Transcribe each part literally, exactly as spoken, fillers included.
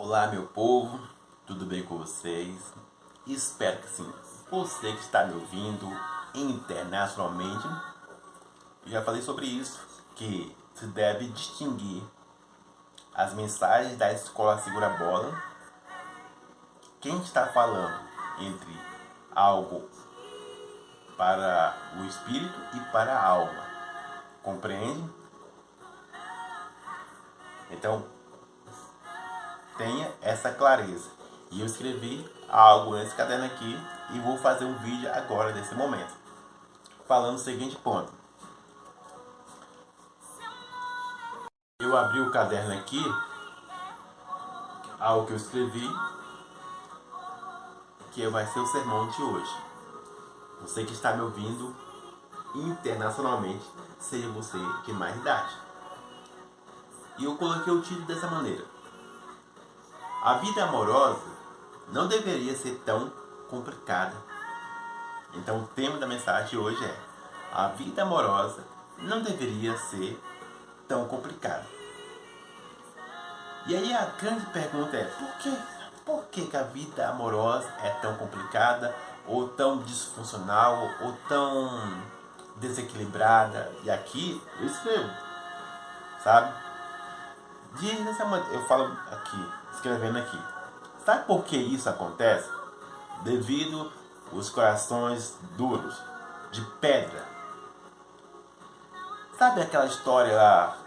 Olá, meu povo, tudo bem com vocês? Espero que sim. Você que está me ouvindo internacionalmente, eu já falei sobre isso, que se deve distinguir as mensagens da escola Segura a Bola. Quem está falando entre algo para o espírito e para a alma, compreende? Então, tenha essa clareza. E eu escrevi algo nesse caderno aqui e vou fazer um vídeo agora, nesse momento, falando o seguinte ponto. Eu abri o caderno aqui, algo que eu escrevi, que vai ser o sermão de hoje. Você que está me ouvindo internacionalmente, seja você de mais idade. E eu coloquei o título dessa maneira: a vida amorosa não deveria ser tão complicada. Então o tema da mensagem de hoje é: a vida amorosa não deveria ser tão complicada. E aí a grande pergunta é: por quê? Por que, que a vida amorosa é tão complicada, ou tão disfuncional, ou tão desequilibrada? E aqui eu escrevo, sabe? Diz dessa maneira, eu falo aqui, escrevendo aqui. Sabe por que isso acontece? Devido aos corações duros, de pedra. Sabe aquela história lá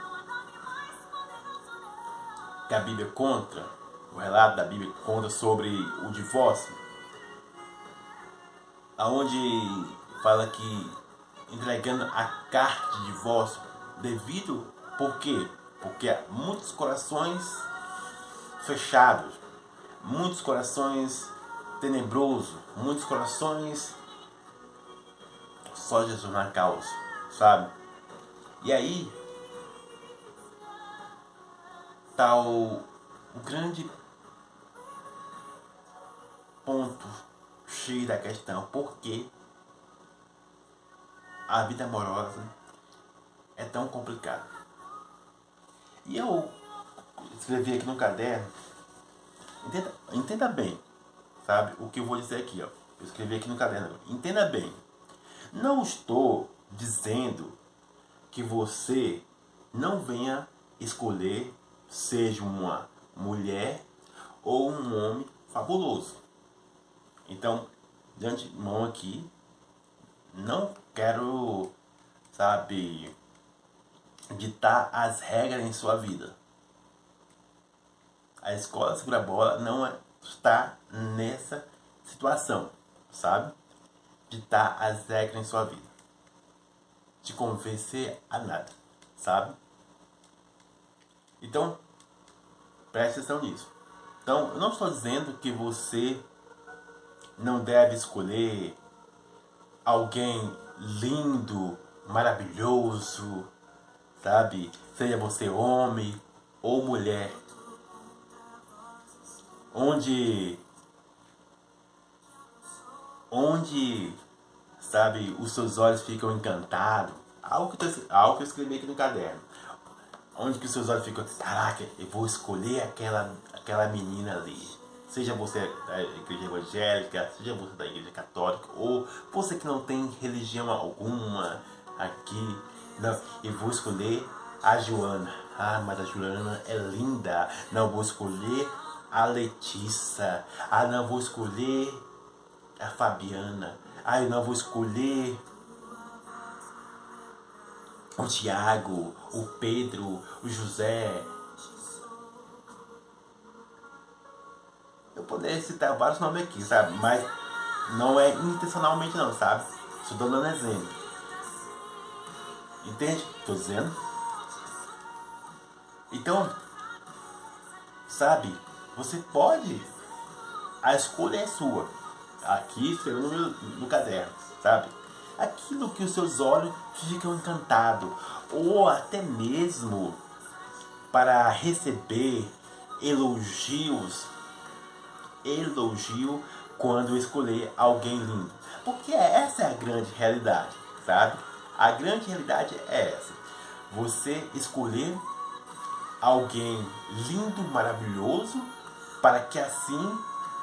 que a Bíblia conta, o relato da Bíblia conta sobre o divórcio, aonde fala que entregando a carta de divórcio, devido, por quê? Porque há muitos corações fechados, muitos corações tenebrosos, muitos corações só Jesus na causa, sabe? E aí tá o, o grande ponto cheio da questão: por que a vida amorosa é tão complicada? E eu escrevi aqui no caderno, entenda, entenda bem, sabe, o que eu vou dizer aqui, ó. Eu escrevi aqui no caderno, entenda bem. Não estou dizendo que você não venha escolher, seja uma mulher ou um homem fabuloso. Então, de antemão aqui, não quero, sabe, ditar as regras em sua vida. A escola Segura a Bola não está nessa situação, sabe? Ditar as regras em sua vida, te convencer a nada, sabe? Então, preste atenção nisso. Então, eu não estou dizendo que você não deve escolher alguém lindo, maravilhoso, sabe? Seja você homem ou mulher, onde, onde, sabe, os seus olhos ficam encantados. Algo que, eu, algo que eu escrevi aqui no caderno. Onde que os seus olhos ficam: caraca, eu vou escolher aquela, aquela menina ali. Seja você da igreja evangélica, seja você da igreja católica, ou você que não tem religião alguma aqui. Não, eu vou escolher a Joana. Ah, mas a Joana é linda. Não, vou escolher a Letícia. Ah, não, vou escolher a Fabiana. Ah, eu não vou escolher o Tiago, o Pedro, o José. Eu poderia citar vários nomes aqui, sabe? Mas não é intencionalmente não, sabe? Estou dando um exemplo. Entende? Estou dizendo. Então, sabe? Você pode. A escolha é sua. Aqui, escrevendo no, meu, no caderno, sabe? Aquilo que os seus olhos ficam encantados, ou até mesmo para receber elogios, elogio quando escolher alguém lindo, porque essa é a grande realidade, sabe? A grande realidade é essa: você escolher alguém lindo, maravilhoso, para que assim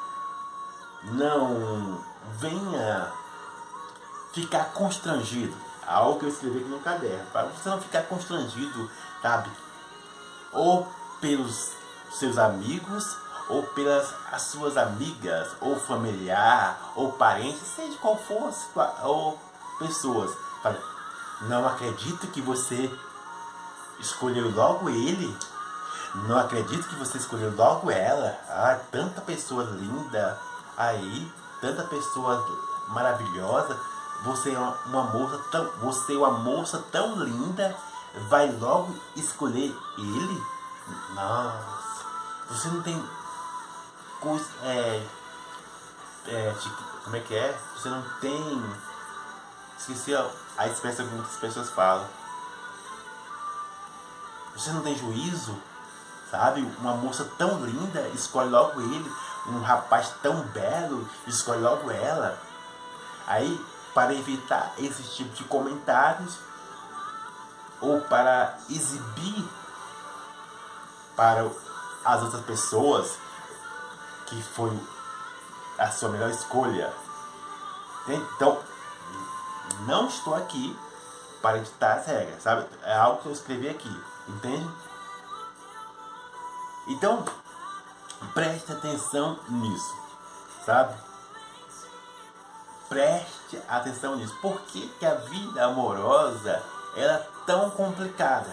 não venha ficar constrangido. Algo que eu escrevi aqui no caderno, para você não ficar constrangido, sabe? Ou pelos seus amigos, ou pelas as suas amigas, ou familiar, ou parentes, seja qual for, ou pessoas. Fala, não acredito que você escolheu logo ele. Não acredito que você escolheu logo ela. Ah, tanta pessoa linda aí, tanta pessoa maravilhosa. Você é uma, uma moça tão, você é uma moça tão linda, vai logo escolher ele? Nossa, você não tem coisa, é, é, como é que é? Você não tem, esqueci a, a expressão que muitas pessoas falam. Você não tem juízo, sabe? Uma moça tão linda, escolhe logo ele. Um rapaz tão belo, escolhe logo ela. Aí, para evitar esse tipo de comentários, ou para exibir para as outras pessoas que foi a sua melhor escolha. Então, não estou aqui para editar as regras, sabe? É algo que eu escrevi aqui, entende? Então, preste atenção nisso, sabe? Preste atenção nisso. Por que que a vida amorosa ela é tão complicada?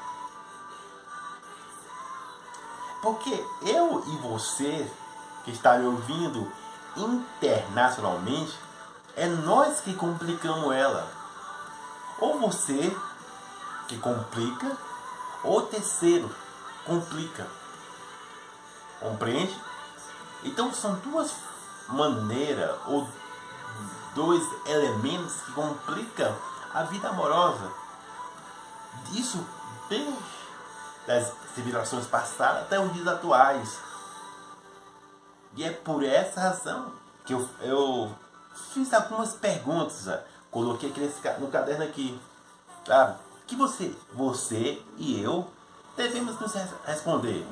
Porque eu e você, que está me ouvindo internacionalmente, é nós que complicamos ela. Ou você que complica, ou o terceiro complica. Compreende? Então são duas maneiras ou dois elementos que complicam a vida amorosa. Isso desde das civilizações passadas até os dias atuais. E é por essa razão que eu, eu fiz algumas perguntas, ó, coloquei aqui nesse, no caderno aqui, sabe? Que você, você e eu devemos nos responder.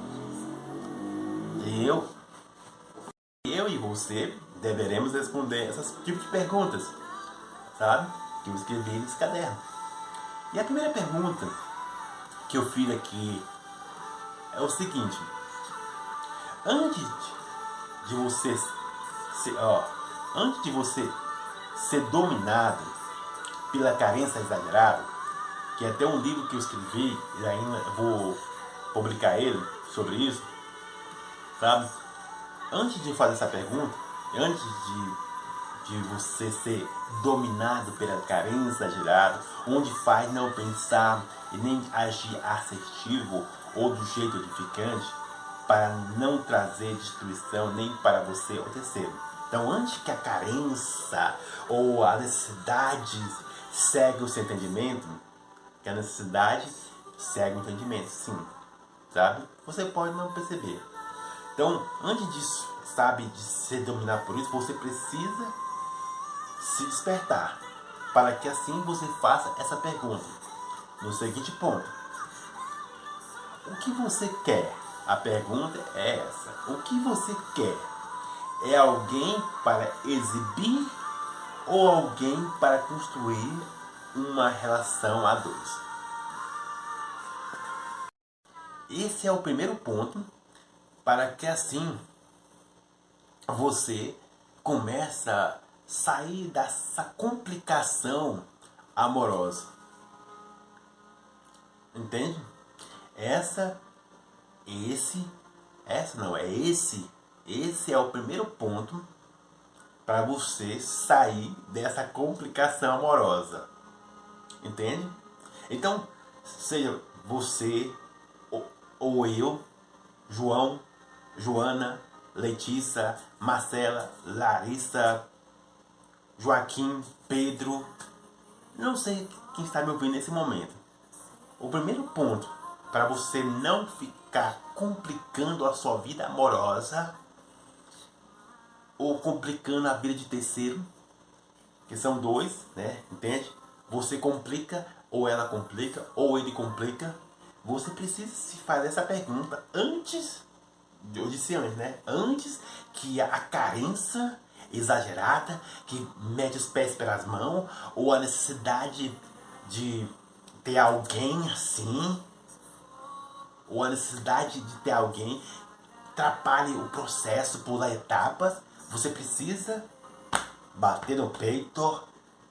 Eu, eu e você deveremos responder esses tipos de perguntas, sabe? Que eu escrevi nesse caderno. E a primeira pergunta que eu fiz aqui é o seguinte: antes de você ser, ó, antes de você ser dominado pela carência exagerada, que é até um livro que eu escrevi e ainda vou publicar ele sobre isso, sabe? Antes de fazer essa pergunta, antes de, de você ser dominado pela carência exagerada, onde faz não pensar e nem agir assertivo ou do jeito edificante, para não trazer destruição nem para você ou terceiro. Então, antes que a carência ou a necessidade segue o seu entendimento, que a necessidade segue o entendimento, sim, sabe? Você pode não perceber. Então, antes disso, sabe, de ser dominado por isso, você precisa se despertar, para que assim você faça essa pergunta no seguinte ponto: o que você quer? A pergunta é essa: o que você quer? É alguém para exibir ou alguém para construir uma relação a dois? Esse é o primeiro ponto, para que assim você comece a sair dessa complicação amorosa. Entende? Essa, esse, essa não, é esse, esse é o primeiro ponto para você sair dessa complicação amorosa. Entende? Então, seja você ou, ou eu, João, Joana, Letícia, Marcela, Larissa, Joaquim, Pedro, não sei quem está me ouvindo nesse momento. O primeiro ponto para você não ficar complicando a sua vida amorosa ou complicando a vida de terceiro, que são dois, né? Entende? Você complica, ou ela complica, ou ele complica. Você precisa se fazer essa pergunta antes eu disse antes, né? Antes que a carência exagerada que mete os pés pelas mãos, ou a necessidade de ter alguém assim, ou a necessidade de ter alguém atrapalhe o processo, pular etapas, você precisa bater no peito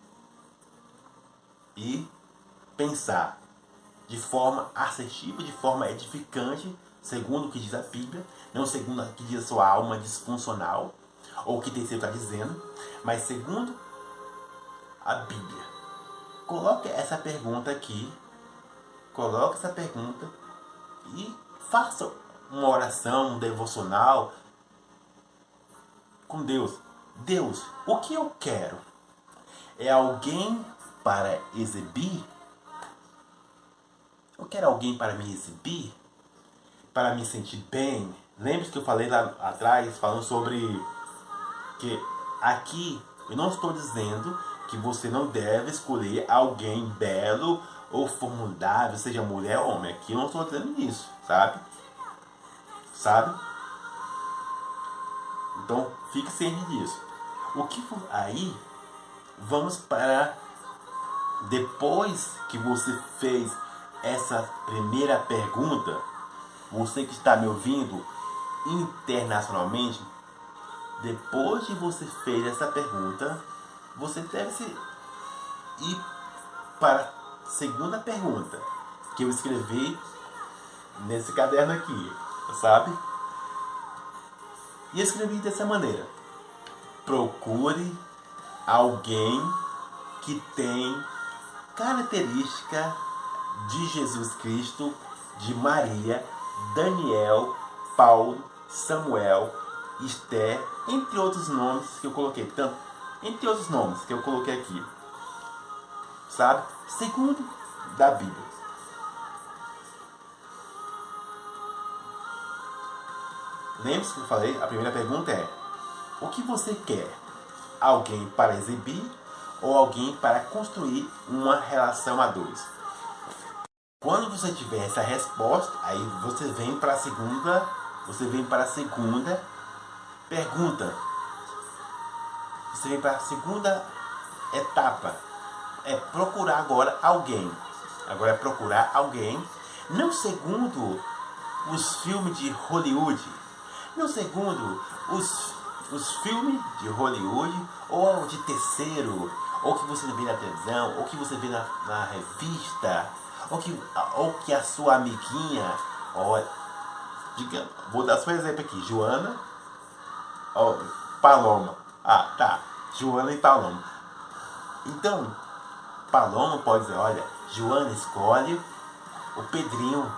e pensar de forma assertiva, de forma edificante, segundo o que diz a Bíblia, não segundo o que diz a sua alma disfuncional, ou o que terceiro está dizendo, mas segundo a Bíblia. Coloque essa pergunta aqui, coloque essa pergunta e faça uma oração, um devocional com Deus. Deus, o que eu quero? É alguém para exibir? Eu quero alguém para me exibir? Para me sentir bem? Lembre-se que eu falei lá atrás, falando sobre que aqui eu não estou dizendo que você não deve escolher alguém belo ou formulável, seja mulher ou homem. Aqui eu não estou dizendo isso, sabe? Sabe? Então fique ciente disso. O que for aí, vamos para depois que você fez essa primeira pergunta, você que está me ouvindo internacionalmente, depois de você fez essa pergunta, você deve se ir para a segunda pergunta que eu escrevi nesse caderno aqui, sabe? E escrevi dessa maneira: procure alguém que tem característica de Jesus Cristo, de Maria, Daniel, Paulo, Samuel, Esther, entre outros nomes que eu coloquei, tanto, entre outros nomes que eu coloquei aqui, sabe? Segundo da Bíblia. Lembre-se que eu falei, a primeira pergunta é: o que você quer? Alguém para exibir ou alguém para construir uma relação a dois? Quando você tiver essa resposta, aí você vem para a segunda, você vem para a segunda pergunta. Você vem para a segunda etapa. É procurar agora alguém. Agora é procurar alguém, não segundo os filmes de Hollywood, não segundo os, os filmes de Hollywood, ou de terceiro, ou que você vê na televisão, ou que você vê na, na revista, ou que, ou que a sua amiguinha, ó, diga, vou dar só um exemplo aqui, Joana, ó, Paloma, ah, tá, Joana e Paloma. Então, Paloma pode dizer: olha, Joana escolhe o Pedrinho,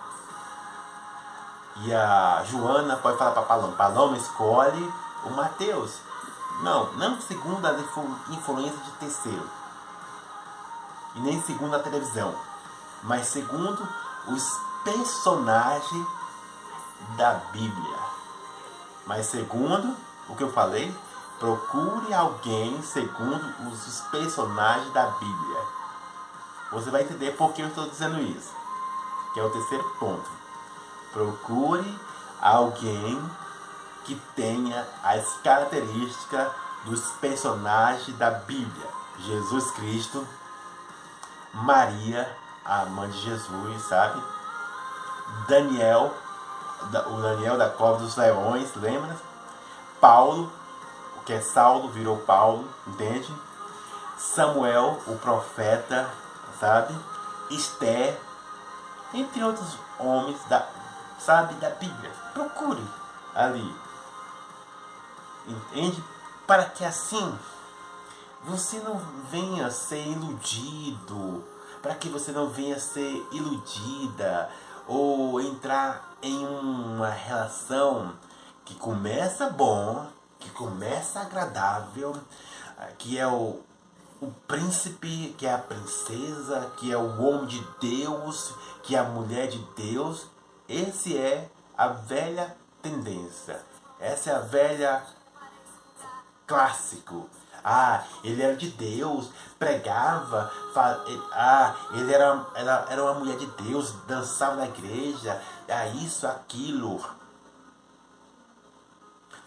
e a Joana pode falar para Paloma: Paloma escolhe o Mateus. Não, não segundo a influência de terceiro, e nem segundo a televisão, mas segundo os personagens da Bíblia. Mas segundo o que eu falei, procure alguém segundo os personagens da Bíblia. Você vai entender por que eu estou dizendo isso, que é o terceiro ponto. Procure alguém que tenha as características dos personagens da Bíblia: Jesus Cristo, Maria, a mãe de Jesus, sabe? Daniel, o Daniel da cova dos leões, lembra? Paulo, que é Saulo, virou Paulo, entende? Samuel, o profeta, sabe? Esther, entre outros homens da, sabe, da Bíblia. Procure ali, entende? Para que assim você não venha ser iludido, para que você não venha ser iludida ou entrar em uma relação que começa bom, que começa agradável, que é o, o príncipe, que é a princesa, que é o homem de Deus, que é a mulher de Deus. Esse é a velha tendência, essa é a velha clássico. Ah, ele era de Deus, pregava, ah, ele era, era, era uma mulher de Deus, dançava na igreja, ah, isso, aquilo.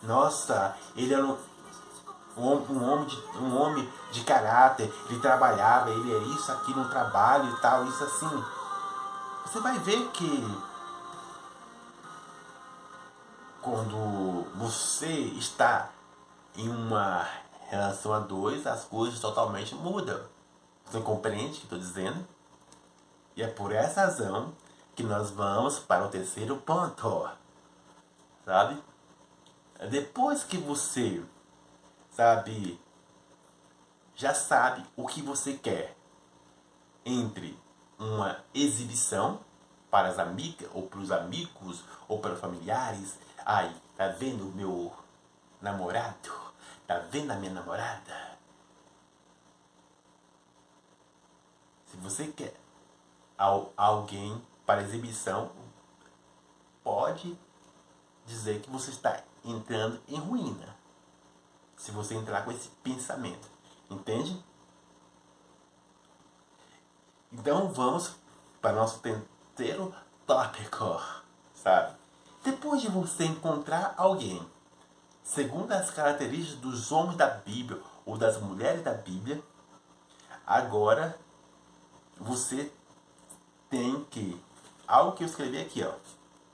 Nossa, ele era um, um, um, homem de, um homem de caráter, ele trabalhava, ele é isso aqui no trabalho e tal, isso assim. Você vai ver que quando você está em uma relação a dois, as coisas totalmente mudam. Você compreende o que estou dizendo? E é por essa razão que nós vamos para o terceiro ponto. Sabe? Depois que você, sabe, já sabe o que você quer entre uma exibição para as amigas, ou para os amigos, ou para os familiares. Ai, tá vendo o meu namorado? Tá vendo a minha namorada? Se você quer alguém para exibição, pode dizer que você está entrando em ruína. Se você entrar com esse pensamento. Entende? Então vamos para o nosso terceiro tópico. Sabe? Depois de você encontrar alguém segundo as características dos homens da Bíblia ou das mulheres da Bíblia, agora você tem que, algo que eu escrevi aqui, ó.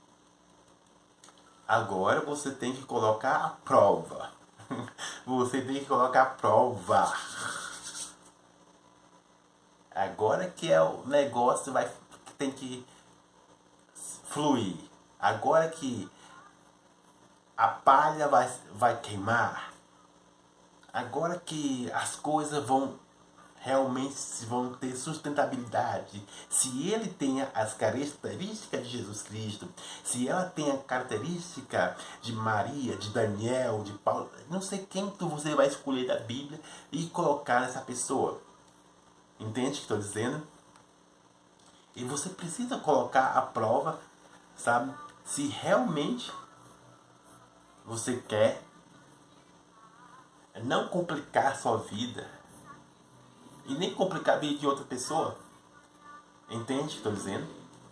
Agora você tem que colocar a prova. Você tem que colocar a prova. Agora que é o negócio vai tem que fluir. Agora que a palha vai, vai queimar. Agora que as coisas vão realmente vão ter sustentabilidade. Se ele tem as características de Jesus Cristo, se ela tem a característica de Maria, de Daniel, de Paulo, não sei quem que você vai escolher da Bíblia e colocar nessa pessoa. Entende o que estou dizendo? E você precisa colocar à prova, sabe? Se realmente você quer não complicar a sua vida e nem complicar a vida de outra pessoa. Entende o que estou dizendo?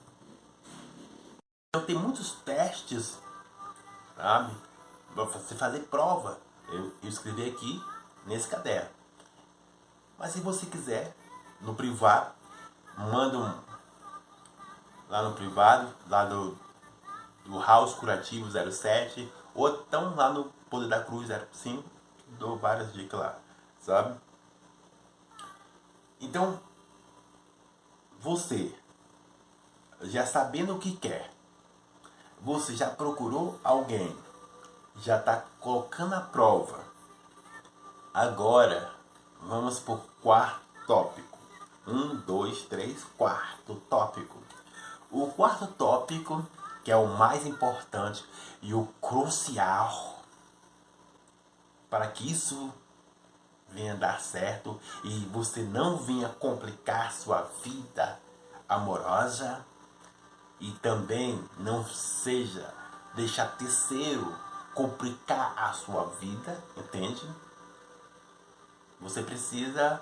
Então tem muitos testes, sabe? Para você fazer prova. Eu, eu escrevi aqui nesse caderno. Mas se você quiser, no privado, manda um, lá no privado, lá do, do House Curativo zero sete, ou então lá no Poder da Cruz zero cinco, dou várias dicas lá, sabe? Então, você, já sabendo o que quer, você já procurou alguém, já está colocando a prova. Agora, vamos para o quarto tópico. Um, dois, três, quarto tópico. O quarto tópico, que é o mais importante e o crucial para que isso venha dar certo e você não venha complicar sua vida amorosa e também não seja deixar terceiro complicar a sua vida, entende? Você precisa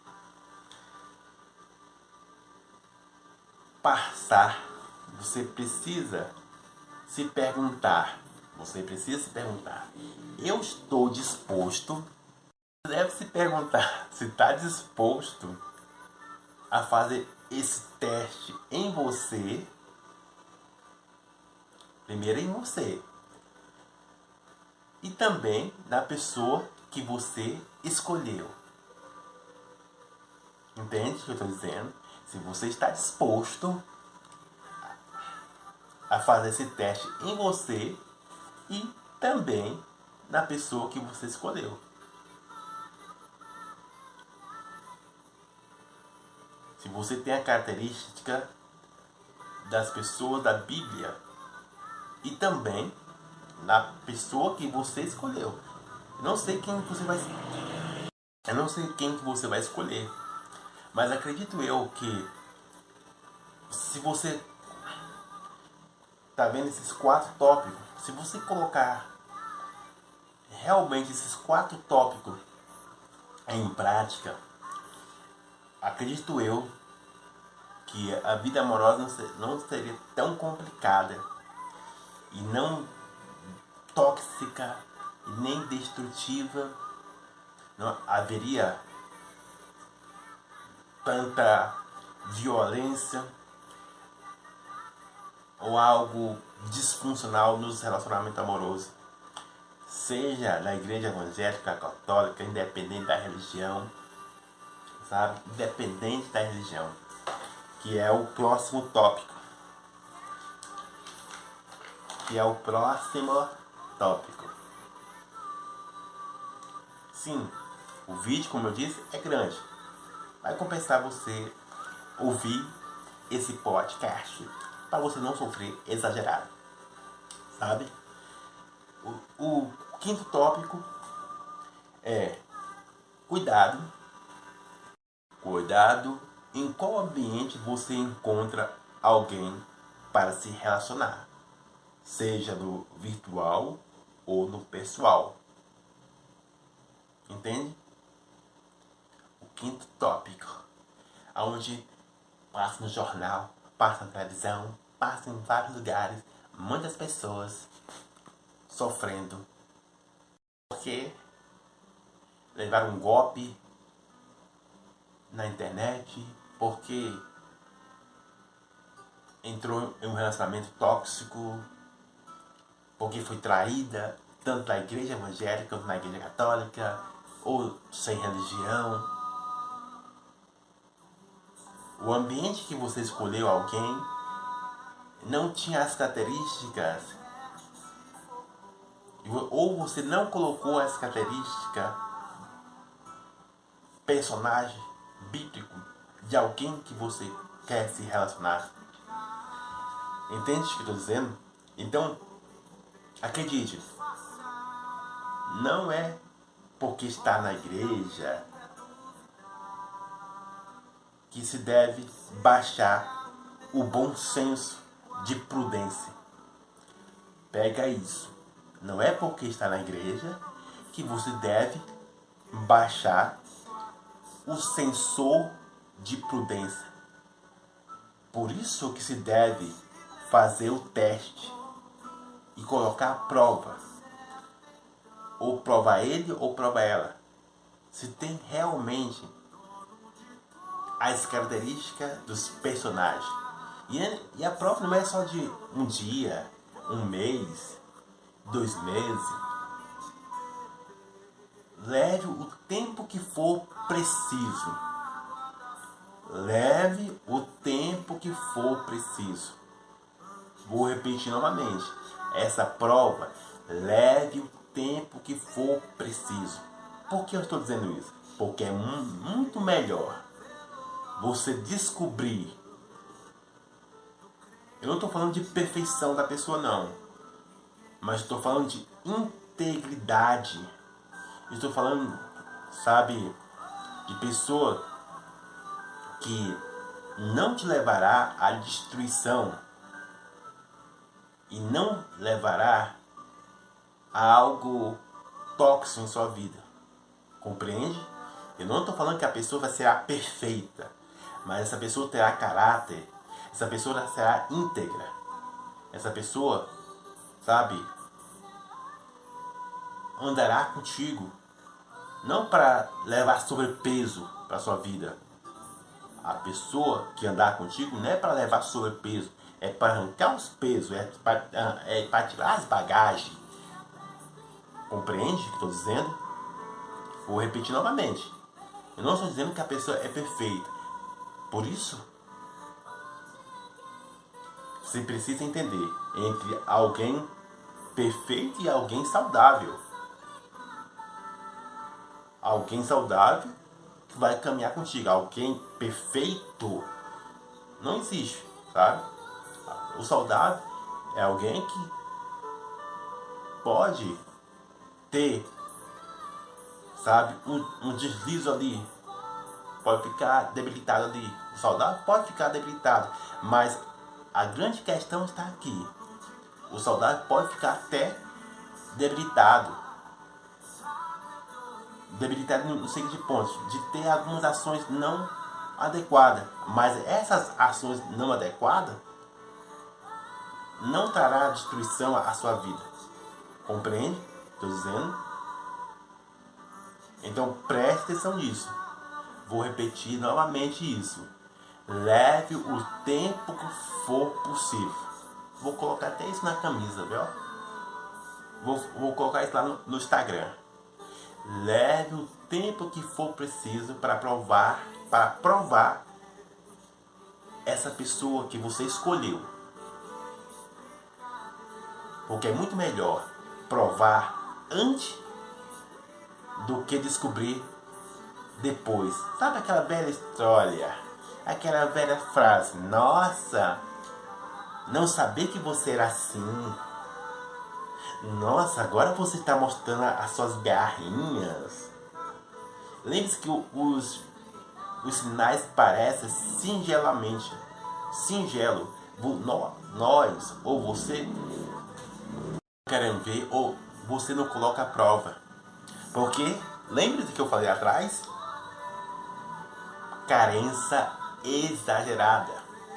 passar, você precisa se perguntar, você precisa se perguntar, eu estou disposto, você deve se perguntar se está disposto a fazer esse teste em você, primeiro em você, e também na pessoa que você escolheu. Entende o que eu estou dizendo? Se você está disposto a fazer esse teste em você e também na pessoa que você escolheu. Se você tem a característica das pessoas da Bíblia e também na pessoa que você escolheu. Eu não sei quem você vai Eu não sei quem que você vai escolher. Mas acredito eu que se você tá vendo esses quatro tópicos, se você colocar realmente esses quatro tópicos em prática, acredito eu que a vida amorosa não seria tão complicada e não tóxica e nem destrutiva. Não haveria tanta violência ou algo disfuncional nos relacionamentos amorosos, seja na igreja evangélica, católica, independente da religião, sabe? Independente da religião, que é o próximo tópico. Que é o próximo tópico. Sim, o vídeo, como eu disse, é grande. Vai compensar você ouvir esse podcast para você não sofrer exagerado, sabe? O, o quinto tópico é cuidado. Cuidado em qual ambiente você encontra alguém para se relacionar, seja no virtual ou no pessoal. Entende? O quinto tópico, onde passa no jornal, passa na televisão, passa em vários lugares, muitas pessoas sofrendo porque levaram um golpe na internet, porque entrou em um relacionamento tóxico, porque foi traída, tanto na igreja evangélica quanto na igreja católica, ou sem religião. O ambiente que você escolheu alguém não tinha as características, ou você não colocou as características, personagem bíblico de alguém que você quer se relacionar. Entende o que eu estou dizendo? Então, acredite, não é porque está na igreja que se deve baixar o bom senso de prudência. Pega isso. Não é porque está na igreja que você deve baixar o sensor de prudência. Por isso que se deve fazer o teste e colocar a prova. Ou prova ele ou prova ela. Se tem realmente as características dos personagens. E a prova não é só de um dia, um mês, dois meses. Leve o tempo que for preciso. Leve o tempo que for preciso. Vou repetir novamente. Essa prova, leve o tempo que for preciso. Por que eu estou dizendo isso? Porque é muito melhor você descobrir. Eu não estou falando de perfeição da pessoa, não. Mas estou falando de integridade. Estou falando, sabe, de pessoa que não te levará à destruição e não levará a algo tóxico em sua vida. Compreende? Eu não estou falando que a pessoa vai ser perfeita, mas essa pessoa terá caráter, essa pessoa será íntegra, essa pessoa, sabe, andará contigo, não para levar sobrepeso para a sua vida. A pessoa que andar contigo não é para levar sobrepeso, é para arrancar os pesos, é para, é para tirar as bagagens. Compreende o que estou dizendo? Vou repetir novamente. Eu não estou dizendo que a pessoa é perfeita. Por isso, você precisa entender entre alguém perfeito e alguém saudável. Alguém saudável que vai caminhar contigo. Alguém perfeito não existe, sabe? O saudável é alguém que pode ter, sabe, um, um deslize ali, pode ficar debilitado ali. O saudável pode ficar debilitado, mas a grande questão está aqui. O saudável pode ficar até debilitado. Debilitado no seguinte ponto, de ter algumas ações não adequadas. Mas essas ações não adequadas não trará destruição à sua vida. Compreende? Estou dizendo. Então preste atenção nisso. Vou repetir novamente isso. Leve o tempo que for possível. Vou colocar até isso na camisa, viu? Vou, vou colocar isso lá no, no Instagram. Leve o tempo que for preciso para provar, para provar essa pessoa que você escolheu. Porque é muito melhor provar antes do que descobrir depois. Sabe aquela velha história? Aquela velha frase: nossa, não sabia que você era assim. Nossa, agora você está mostrando as suas garrinhas. Lembre-se que os, os sinais parecem singelamente singelo. Nós ou você querem ver, ou você não coloca a prova. Porque, lembre-se que eu falei atrás, carência exagerada,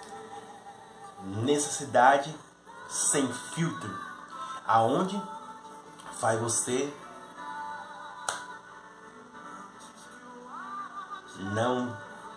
necessidade sem filtro, aonde faz você não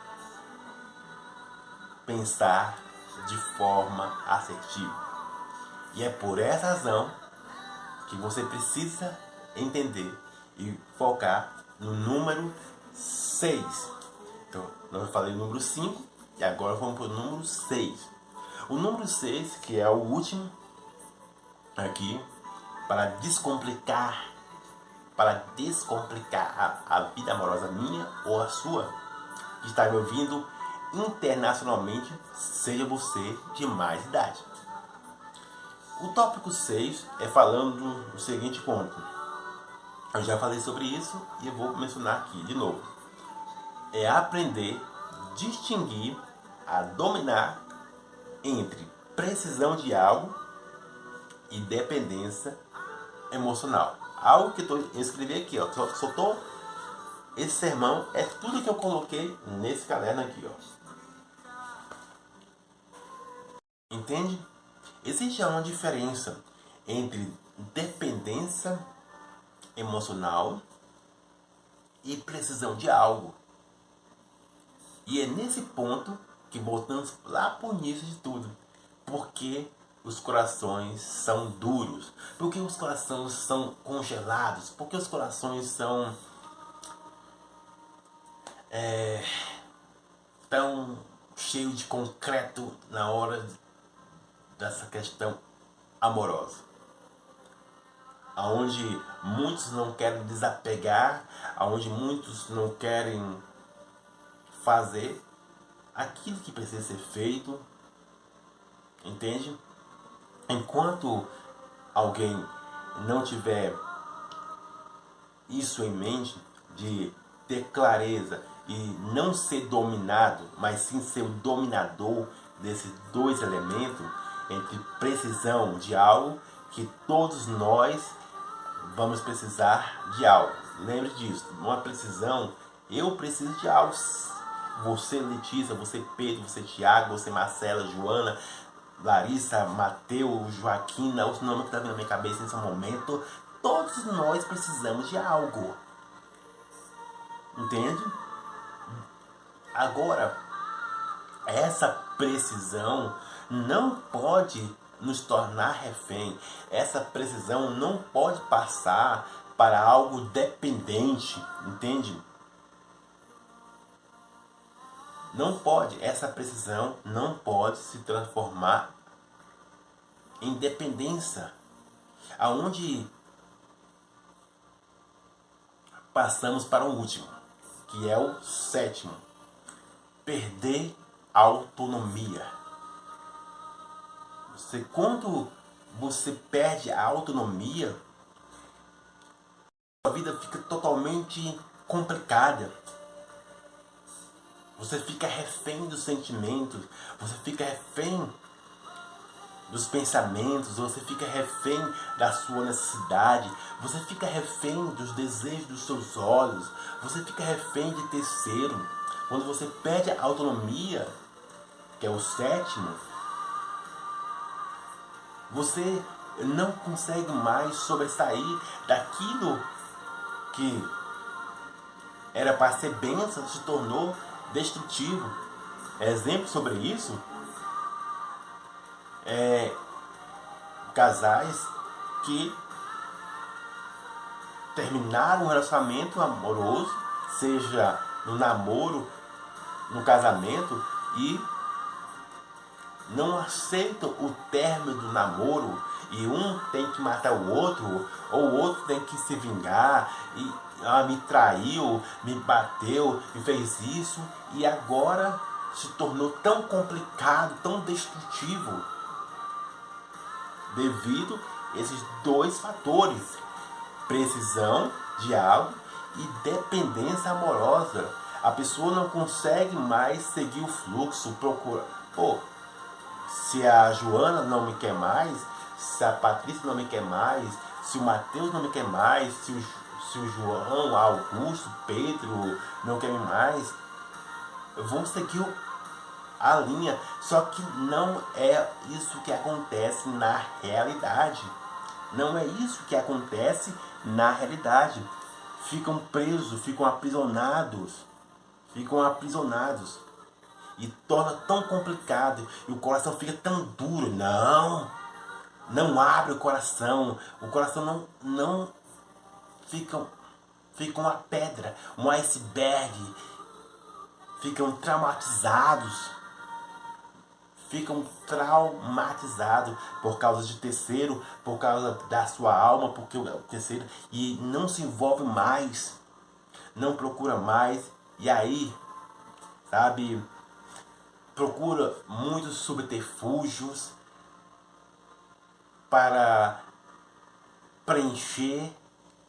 pensar de forma assertiva. E é por essa razão que você precisa entender e focar no número seis. Então, nós falei o número cinco e agora vamos para o número seis. O número seis, que é o último aqui, para descomplicar, para descomplicar a, a vida amorosa minha ou a sua, que está me ouvindo internacionalmente, seja você de mais idade. O tópico seis é falando do seguinte ponto. Eu já falei sobre isso e eu vou mencionar aqui de novo. É aprender a distinguir, a dominar entre precisão de algo e dependência emocional. Algo que eu escrevi aqui, ó. Só, só tô, esse sermão é tudo que eu coloquei nesse caderno aqui, ó. Entende? Existe uma diferença entre dependência emocional e precisão de algo. E é nesse ponto que voltamos lá para o início de tudo. Porque os corações são duros? Porque os corações são congelados? Porque os corações são é, tão cheios de concreto na hora dessa questão amorosa? Aonde muitos não querem desapegar, aonde muitos não querem fazer aquilo que precisa ser feito, entende? Enquanto alguém não tiver isso em mente, de ter clareza e não ser dominado, mas sim ser o dominador desses dois elementos, entre precisão de algo, que todos nós vamos precisar de algo. Lembre disso, numa precisão, eu preciso de algo. Você, Letícia, você, Pedro, você, Tiago, você, Marcela, Joana, Larissa, Mateus, Joaquina, os nomes que estão vindo na minha cabeça nesse momento, todos nós precisamos de algo. Entende? Agora, essa precisão não pode nos tornar refém. Essa precisão não pode passar para algo dependente, entende? Não pode, essa precisão não pode se transformar em dependência, aonde passamos para o último, que é o sétimo: perder a autonomia. Você, quando você perde a autonomia, a vida fica totalmente complicada. Você fica refém dos sentimentos, você fica refém dos pensamentos, você fica refém da sua necessidade, você fica refém dos desejos dos seus olhos, você fica refém de terceiro. Quando você perde a autonomia, que é o sétimo, você não consegue mais sobressair daquilo que era para ser bênção, se tornou destrutivo. Exemplo sobre isso é casais que terminaram um relacionamento amoroso, seja no namoro, no casamento, e não aceitam o término do namoro, e um tem que matar o outro, ou o outro tem que se vingar, e ah, me traiu, me bateu, me fez isso, e agora se tornou tão complicado, tão destrutivo, devido a esses dois fatores: precisão de algo e dependência amorosa. A pessoa não consegue mais seguir o fluxo, procura. Pô, se a Joana não me quer mais, se a Patrícia não me quer mais, se o Mateus não me quer mais, se o, se o João, o Augusto, Pedro não quer mais, vamos seguir a linha. Só que não é isso que acontece na realidade. Não é isso que acontece na realidade. Ficam presos, ficam aprisionados, ficam aprisionados. E torna tão complicado, e o coração fica tão duro. Não, não abre o coração. O coração não, não fica, fica uma pedra, um iceberg. Ficam traumatizados. Ficam traumatizados por causa de terceiro, por causa da sua alma, porque o terceiro, e não se envolve mais, não procura mais, e aí, sabe, procura muitos subterfúgios para preencher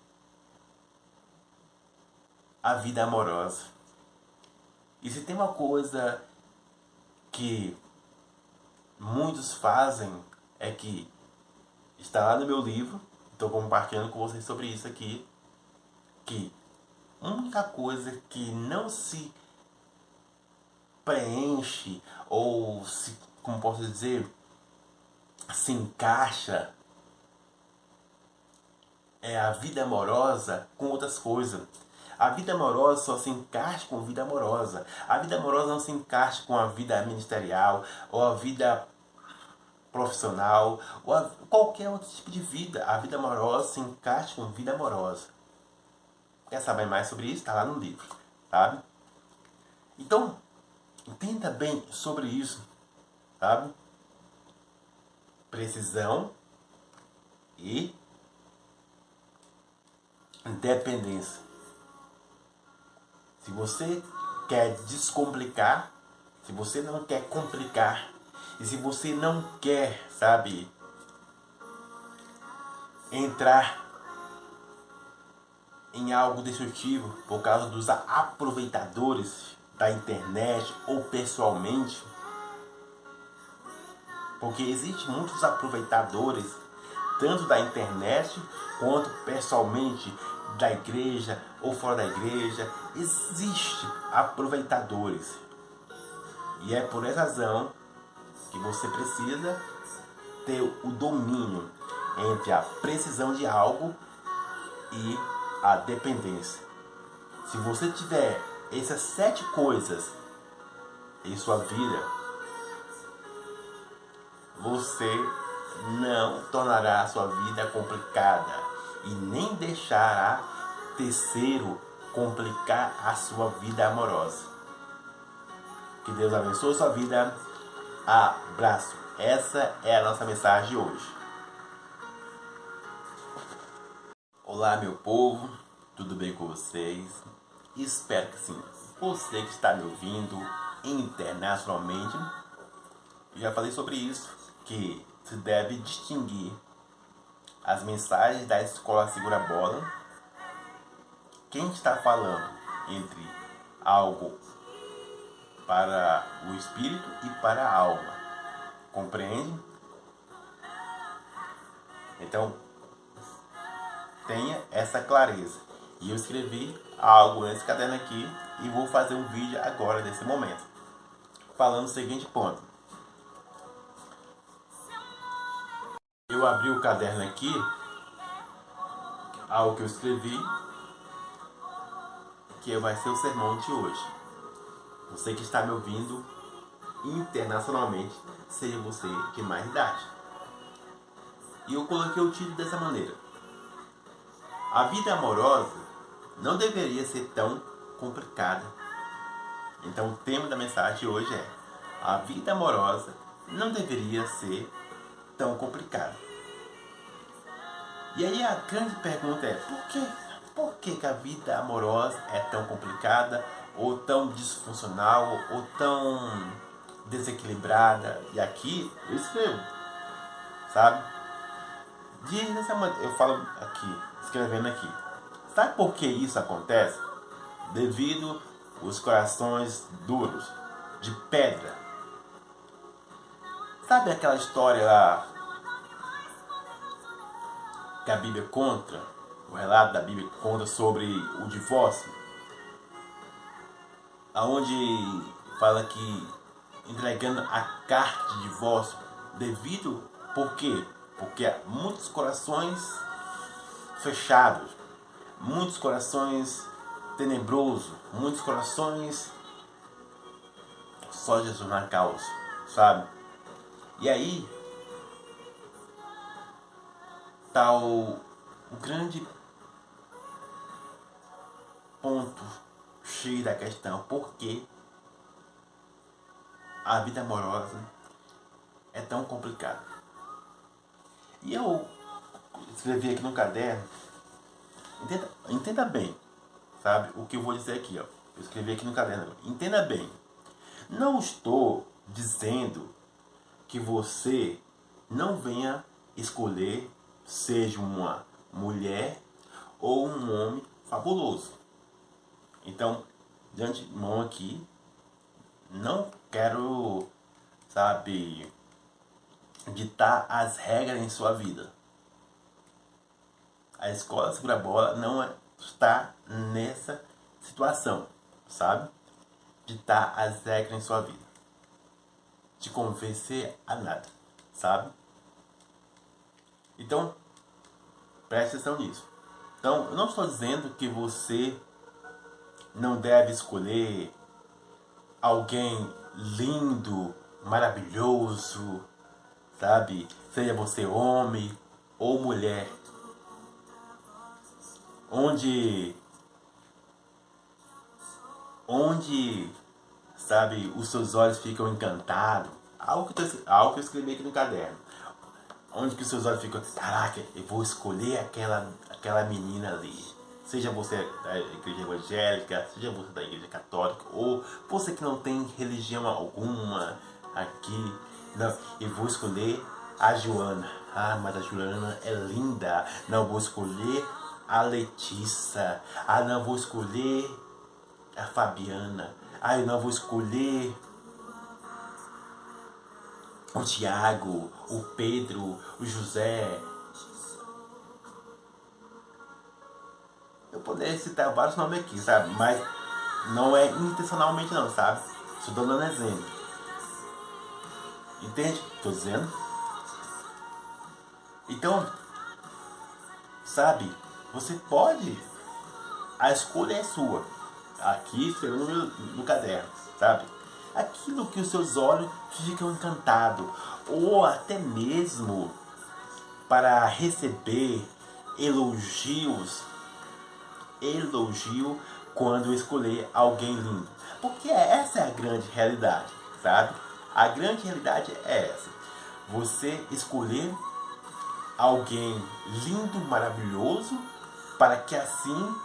a vida amorosa. E se tem uma coisa que muitos fazem, é que está lá no meu livro, estou compartilhando com vocês sobre isso aqui, que a única coisa que não se preenche, ou se, como posso dizer, se encaixa, é a vida amorosa com outras coisas. A vida amorosa só se encaixa com a vida amorosa. A vida amorosa não se encaixa com a vida ministerial, ou a vida profissional, ou a qualquer outro tipo de vida. A vida amorosa se encaixa com a vida amorosa. Quer saber mais sobre isso? Está lá no livro, sabe? Então, entenda bem sobre isso, sabe? Precisão e dependência. Se você quer descomplicar, se você não quer complicar, e se você não quer, sabe, entrar em algo destrutivo por causa dos aproveitadores da internet ou pessoalmente, porque existem muitos aproveitadores tanto da internet quanto pessoalmente, da igreja ou fora da igreja. Existem aproveitadores, e é por essa razão que você precisa ter o domínio entre a precisão de algo e a dependência. Se você tiver essas sete coisas em sua vida, você não tornará a sua vida complicada e nem deixará terceiro complicar a sua vida amorosa. Que Deus abençoe a sua vida. Abraço. Essa é a nossa mensagem de hoje. Olá, meu povo. Tudo bem com vocês? Espero que sim. Você que está me ouvindo internacionalmente, já falei sobre isso, que se deve distinguir as mensagens da Escola Segura Bola. Quem está falando entre algo para o espírito e para a alma. Compreende? Então, tenha essa clareza. E eu escrevi algo nesse caderno aqui e vou fazer um vídeo agora, nesse momento, falando o seguinte ponto. eu abri o caderno aqui, algo que eu escrevi, que vai ser o sermão de hoje. Você que está me ouvindo internacionalmente, seja você de mais idade. E eu coloquei o título dessa maneira: a vida amorosa não deveria ser tão complicada. Então o tema da mensagem de hoje é: a vida amorosa não deveria ser tão complicada. E aí a grande pergunta é: por que, por que, que a vida amorosa é tão complicada, ou tão disfuncional, ou tão desequilibrada? E aqui eu escrevo, sabe? Diz dessa maneira, eu falo aqui, escrevendo aqui. Sabe por que isso acontece? Devido aos corações duros, de pedra. Sabe aquela história lá que a Bíblia conta, o relato da Bíblia conta sobre o divórcio, aonde fala que entregando a carta de divórcio, devido, por quê? Porque há muitos corações fechados, muitos corações tenebrosos, muitos corações só Jesus na causa, sabe? E aí tá o, o grande ponto cheio da questão: por que a vida amorosa é tão complicada? E eu escrevi aqui no caderno, entenda, entenda bem, sabe, o que eu vou dizer aqui, ó. Eu escrevi aqui no caderno, entenda bem. Não estou dizendo que você não venha escolher, seja uma mulher ou um homem fabuloso. Então, de antemão aqui, não quero, sabe, ditar as regras em sua vida. A escola Segura Bola não está nessa situação, sabe? Ditar as regras em sua vida, te convencer a nada, sabe? Então, preste atenção nisso. Então, eu não estou dizendo que você não deve escolher alguém lindo, maravilhoso, sabe? Seja você homem ou mulher, onde, onde, sabe, os seus olhos ficam encantados. Algo que, eu, algo que eu escrevi aqui no caderno. Onde que os seus olhos ficam: caraca, eu vou escolher aquela, aquela menina ali. Seja você da igreja evangélica, seja você da igreja católica, ou você que não tem religião alguma aqui. Não, eu vou escolher a Joana. Ah, mas a Joana é linda. Não, vou escolher a Letícia. Ah, não, vou escolher a Fabiana. Ah, eu não vou escolher o Tiago, o Pedro, o José. Eu poderia citar vários nomes aqui, sabe? Mas não é intencionalmente não, sabe? Estou dando um exemplo. Entende? Estou dizendo. Então, sabe? Você pode. A escolha é sua. Aqui, escrevendo no, no caderno, sabe? Aquilo que os seus olhos ficam encantados, ou até mesmo para receber elogios, elogio quando escolher alguém lindo, porque essa é a grande realidade, sabe? A grande realidade é essa: você escolher alguém lindo, maravilhoso, para que assim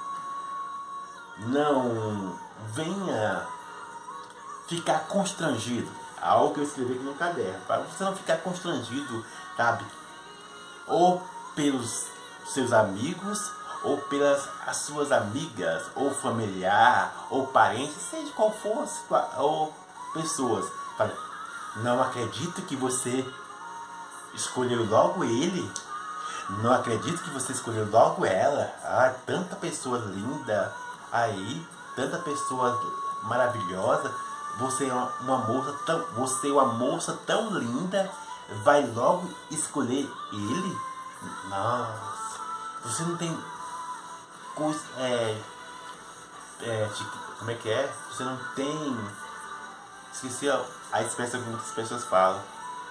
não venha ficar constrangido. Algo que eu escrevi aqui no caderno, para você não ficar constrangido, sabe? Ou pelos seus amigos, ou pelas as suas amigas, ou familiar, ou parentes, seja qual for, ou pessoas. Fala: não acredito que você escolheu logo ele. Não acredito que você escolheu logo ela. Ah, tanta pessoa linda aí, tanta pessoa maravilhosa. Você é uma, uma moça tão, você é uma moça tão linda, vai logo escolher ele? Nossa, você não tem coisa, é, é, como é que é? Você não tem, esqueci a, a expressão que muitas pessoas falam.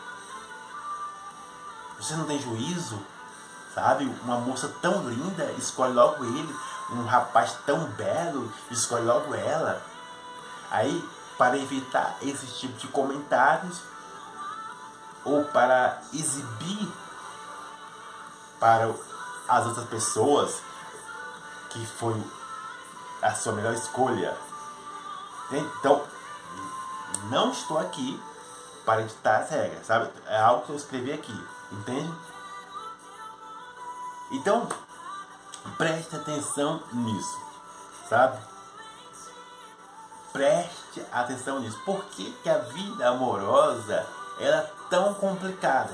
Você não tem juízo, sabe? Uma moça tão linda, escolhe logo ele. Um rapaz tão belo, escolhe logo ela. Aí, para evitar esse tipo de comentários, ou para exibir para as outras pessoas que foi a sua melhor escolha. Então, não estou aqui para editar as regras, sabe? É algo que eu escrevi aqui, entende? Então, preste atenção nisso, sabe? Preste atenção nisso. Por que que a vida amorosa ela é tão complicada?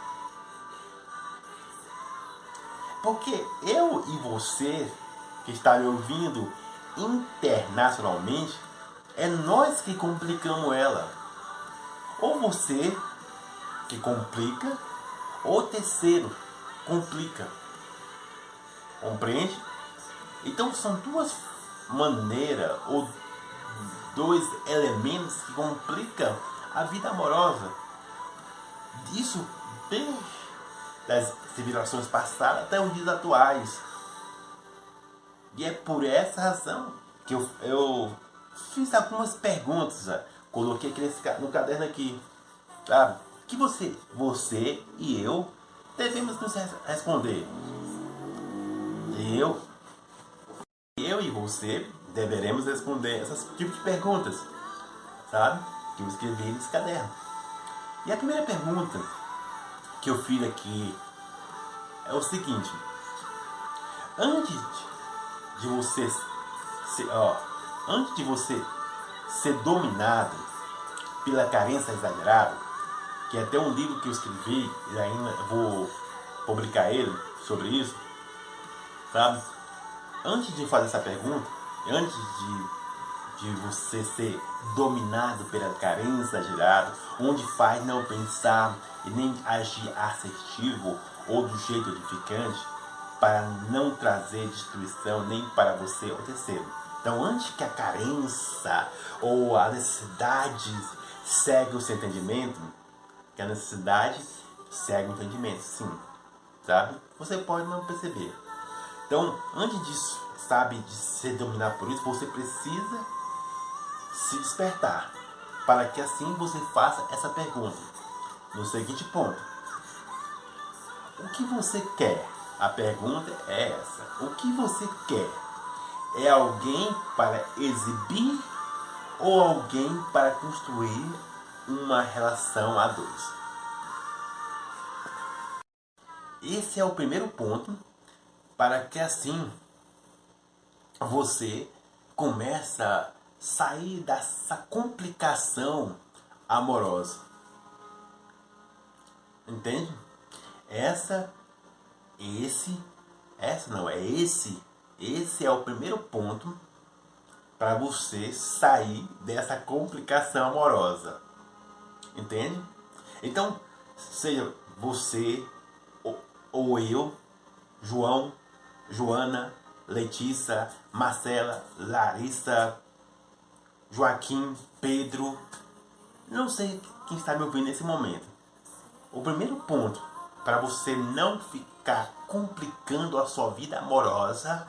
Porque eu e você, que está me ouvindo internacionalmente, é nós que complicamos ela. Ou você que complica, ou o terceiro complica. Compreende? Então são duas maneiras ou dois elementos que complicam a vida amorosa. Isso desde as civilizações passadas até os dias atuais. E é por essa razão que eu, eu fiz algumas perguntas, sabe? Coloquei aqui nesse, no caderno aqui, sabe? Que você, você e eu devemos nos responder. Eu, eu e você deveremos responder esses tipos de perguntas, sabe? Que eu escrevi nesse caderno. E a primeira pergunta que eu fiz aqui é o seguinte: antes de você ser, ó, antes de você ser dominado pela carência exagerada, que é até um livro que eu escrevi e ainda vou publicar ele sobre isso, sabe? Antes de fazer essa pergunta, antes de, de você ser dominado pela carência exagerada, onde faz não pensar e nem agir assertivo ou do jeito edificante, para não trazer destruição nem para você ou terceiro. Então, antes que a carência ou a necessidade segue o seu entendimento, que a necessidade segue o entendimento, sim, sabe? Você pode não perceber. Então, antes disso, sabe, de ser dominado por isso, você precisa se despertar, para que assim você faça essa pergunta, no seguinte ponto: o que você quer? A pergunta é essa: o que você quer? É alguém para exibir ou alguém para construir uma relação a dois? Esse é o primeiro ponto, para que assim você comece a sair dessa complicação amorosa. Entende? Essa, esse, essa não, é esse, esse é o primeiro ponto para você sair dessa complicação amorosa. Entende? Então, seja você ou, ou eu, João, Joana, Letícia, Marcela, Larissa, Joaquim, Pedro, não sei quem está me ouvindo nesse momento. O primeiro ponto para você não ficar complicando a sua vida amorosa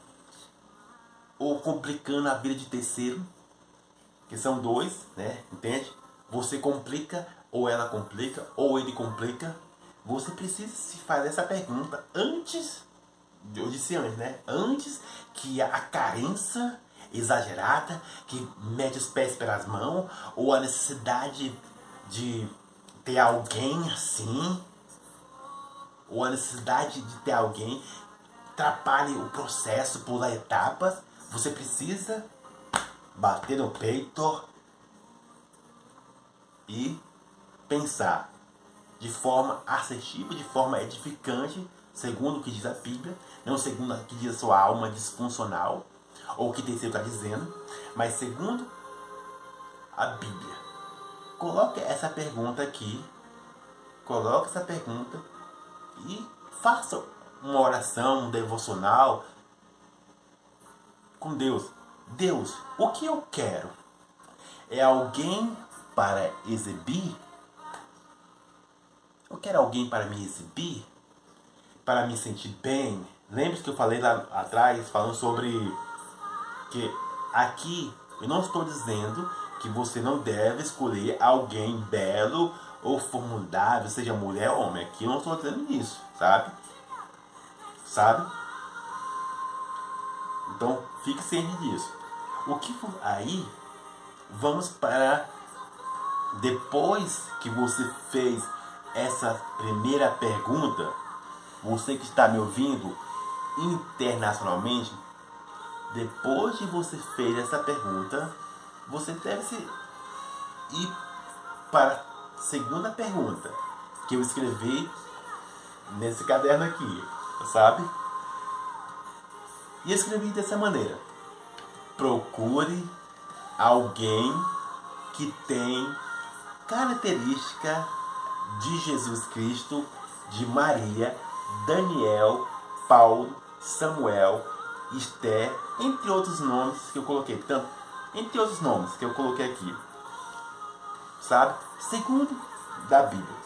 ou complicando a vida de terceiro, que são dois, né? Entende? Você complica, ou ela complica, ou ele complica. Você precisa se fazer essa pergunta antes, eu disse antes, né? Antes que a carência exagerada, que mete os pés pelas mãos, ou a necessidade de ter alguém assim, ou a necessidade de ter alguém atrapalhe o processo, pular etapas. Você precisa bater no peito e pensar de forma assertiva, de forma edificante, segundo o que diz a Bíblia, não segundo o que diz a sua alma disfuncional, ou o que terceiro está dizendo, mas segundo a Bíblia. Coloque essa pergunta aqui coloque essa pergunta e faça uma oração, um devocional com Deus. Deus, o que eu quero? É alguém para exibir? Eu quero alguém para me exibir? Para me sentir bem? Lembre-se que eu falei lá atrás, falando sobre que aqui eu não estou dizendo que você não deve escolher alguém belo ou formulável, seja mulher ou homem. Aqui eu não estou dizendo isso, sabe? Sabe? Então, fique ciente disso. O que for aí, vamos para depois que você fez essa primeira pergunta, você que está me ouvindo internacionalmente, depois de você fez essa pergunta, você deve se ir para a segunda pergunta que eu escrevi nesse caderno aqui, sabe? E escrevi dessa maneira: procure alguém que tem característica de Jesus Cristo, de Maria, Daniel, Paulo, Samuel, Esther, entre outros nomes que eu coloquei, tanto, entre outros nomes que eu coloquei aqui, sabe? Segundo da Bíblia.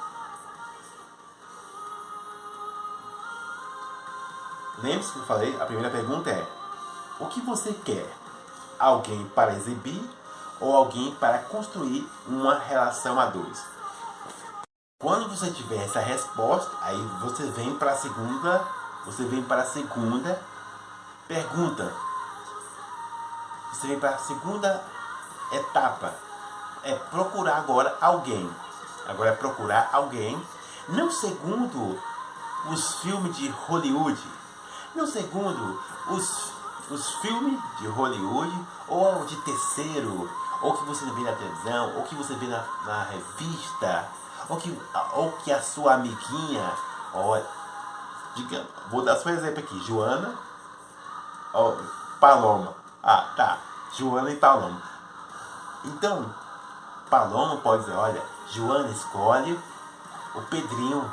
Lembre-se que eu falei, a primeira pergunta é: o que você quer? Alguém para exibir ou alguém para construir uma relação a dois? Quando você tiver essa resposta, aí você vem para a segunda, você vem para a segunda pergunta. Você vem para a segunda etapa. É procurar agora alguém. Agora é procurar alguém, não segundo os filmes de Hollywood, não segundo os, os filmes de Hollywood, ou de terceiro, ou que você vê na televisão, ou que você vê na, na revista, ou que, ou que a sua amiguinha, ó, diga, vou dar só um exemplo aqui, Joana, ó, Paloma, ah, tá, Joana e Paloma. Então, Paloma pode dizer: olha, Joana escolhe o Pedrinho.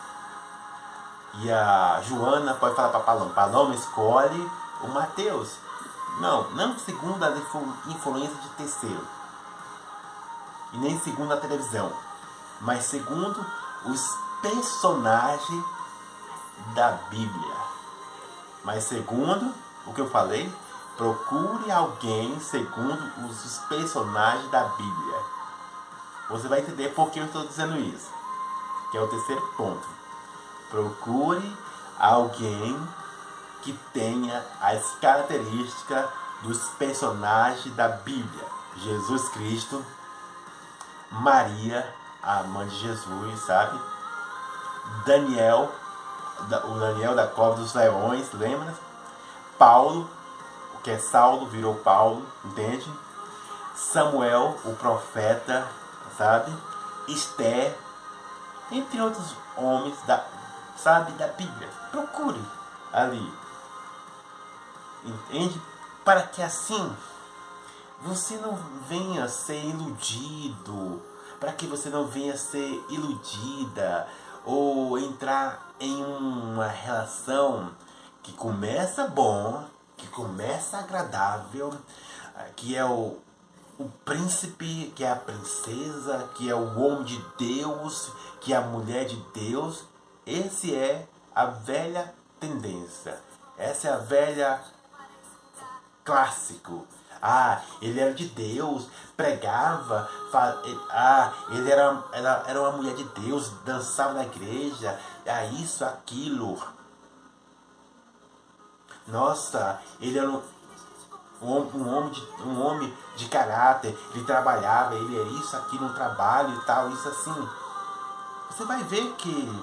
E a Joana pode falar para Paloma: Paloma escolhe o Mateus. Não, não segundo a influência de terceiro. E nem segundo a televisão. Mas segundo os personagens da Bíblia. Mas segundo o que eu falei, procure alguém segundo os personagens da Bíblia. Você vai entender por que eu estou dizendo isso. Que é o terceiro ponto. Procure alguém que tenha as características dos personagens da Bíblia. Jesus Cristo, Maria, a mãe de Jesus, sabe? Daniel, o Daniel da cova dos leões, lembra? Paulo, o que é Saulo virou Paulo, entende? Samuel, o profeta, sabe? Esther, entre outros homens da, sabe, da Bíblia. Procure ali, entende? Para que assim você não venha ser iludido, para que você não venha ser iludida ou entrar em uma relação que começa bom, que começa agradável, que é o, o príncipe, que é a princesa, que é o homem de Deus, que é a mulher de Deus. Esse é a velha tendência. Essa é a velha clássico. Ah, ele era de Deus, pregava, fa... ah, ele era, era, era uma mulher de Deus, dançava na igreja, ah, isso, aquilo. Nossa, ele era um, um, homem de, um homem de caráter, ele trabalhava, ele é isso, aquilo, um trabalho e tal, isso assim. Você vai ver que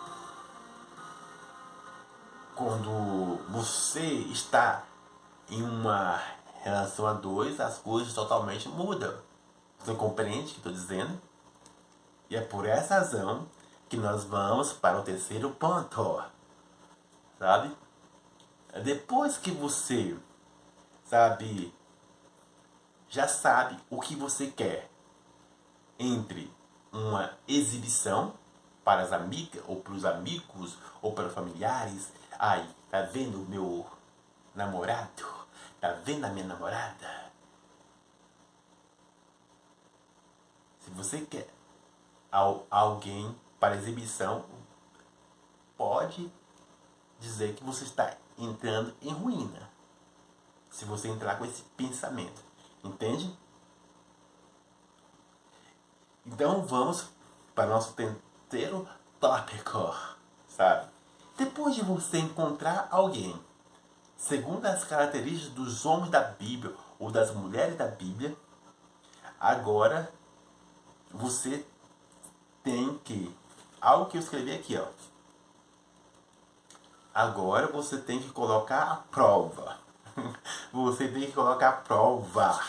quando você está em uma relação a dois, as coisas totalmente mudam. Você compreende o que estou dizendo? E é por essa razão que nós vamos para o terceiro ponto. Sabe? Depois que você, sabe, já sabe o que você quer entre uma exibição para as amigas, ou para os amigos, ou para os familiares. Ai, tá vendo o meu namorado? Tá vendo a minha namorada? Se você quer alguém para exibição, pode dizer que você está entrando em ruína. Se você entrar com esse pensamento. Entende? Então vamos para o nosso terceiro tópico, sabe? Depois de você encontrar alguém, segundo as características dos homens da Bíblia ou das mulheres da Bíblia, agora você tem que, algo que eu escrevi aqui, ó. Agora você tem que colocar a prova. Você tem que colocar a prova.